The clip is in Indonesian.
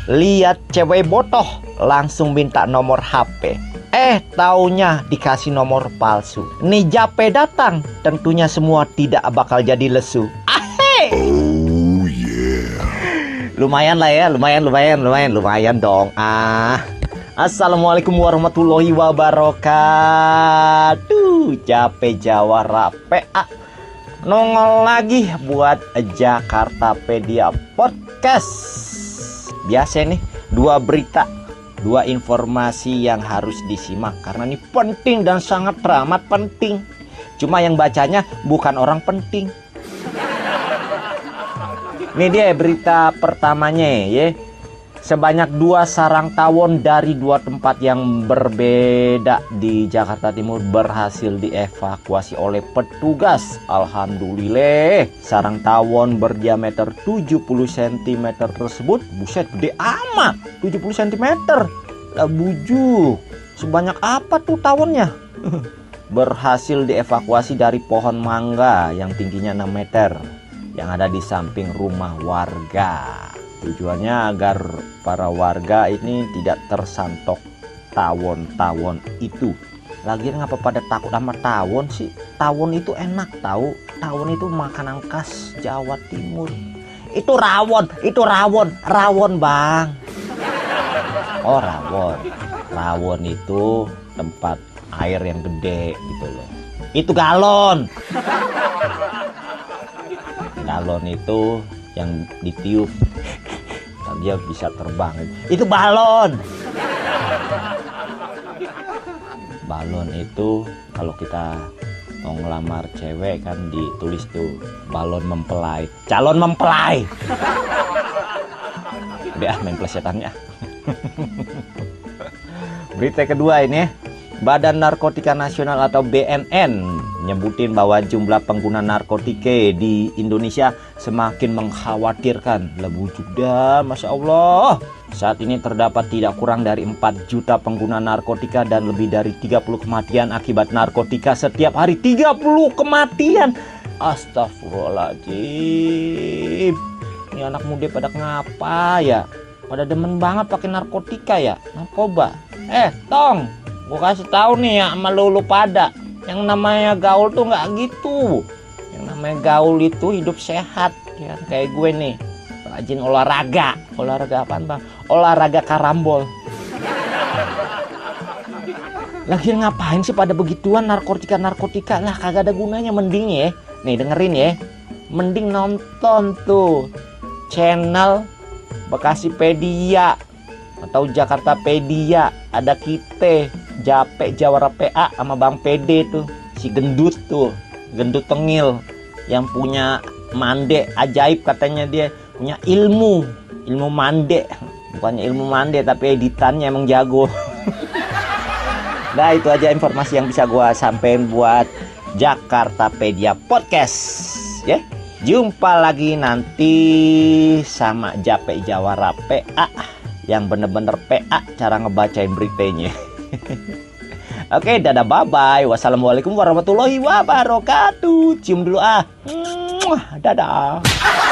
lihat cewek botoh langsung minta nomor HP. Taunya dikasih nomor palsu. Nih Jape datang, tentunya semua tidak bakal jadi lesu. Oh yeah. Lumayan lah ya, lumayan dong. Assalamualaikum warahmatullahi wabarakatuh. Jape Jawara PA nongol lagi buat Jakartapedia Podcast. Biasa nih, 2 berita, 2 informasi yang harus disimak karena ini penting dan sangat teramat penting. Cuma yang bacanya bukan orang penting. Ini dia berita pertamanya ya. Sebanyak 2 sarang tawon dari 2 tempat yang berbeda di Jakarta Timur berhasil dievakuasi oleh petugas. Alhamdulillah. Sarang tawon berdiameter 70 cm tersebut, buset gede amat, 70 cm. Lah bujuk. Sebanyak apa tuh tawonnya? Berhasil dievakuasi dari pohon mangga yang tingginya 6 meter yang ada di samping rumah warga. Tujuannya agar para warga ini tidak tersantok tawon-tawon itu. Lagian ngapa pada takut sama tawon sih? Tawon itu enak tahu. Tawon itu makanan khas Jawa Timur. Itu rawon bang. Oh rawon. Rawon itu tempat air yang gede gitu loh. Itu galon. Galon itu yang ditiup dan dia bisa terbang. Itu balon. Balon itu kalau kita mau ngelamar cewek kan ditulis tuh balon mempelai, calon mempelai. Udah main plesetannya. Berita kedua ini, Badan Narkotika Nasional atau BNN nyebutin bahwa jumlah pengguna narkotika di Indonesia semakin mengkhawatirkan. Lebujuk dah, Masya Allah. Saat ini terdapat tidak kurang dari 4 juta pengguna narkotika dan lebih dari 30 kematian akibat narkotika setiap hari. 30 kematian. Astagfirullahaladzim. Ini anak muda pada ngapa ya? Pada demen banget pakai narkotika ya, narkoba. Tong, gua kasih tahu nih ya sama lu pada. Yang namanya gaul tuh nggak gitu. Yang namanya gaul itu hidup sehat ya, kayak gue nih rajin olahraga. Olahraga apaan bang? Olahraga karambol. Lagi ngapain sih pada begituan narkotika lah, kagak ada gunanya. Mending ya nih dengerin ya, mending nonton tuh channel Bekasipedia atau Jakartapedia. Ada kita Jape Jawara PA sama Bang PD tuh, si gendut tuh, gendut tengil yang punya mande ajaib, katanya dia punya ilmu mande, bukannya ilmu mande tapi editannya emang jago. Nah itu aja informasi yang bisa gua sampein buat Jakartapedia Podcast ya. Jumpa lagi nanti sama Jape Jawara PA yang bener-bener PA cara ngebacain beritanya. Oke, dadah, bye-bye. Wassalamualaikum warahmatullahi wabarakatuh. Cium dulu dadah.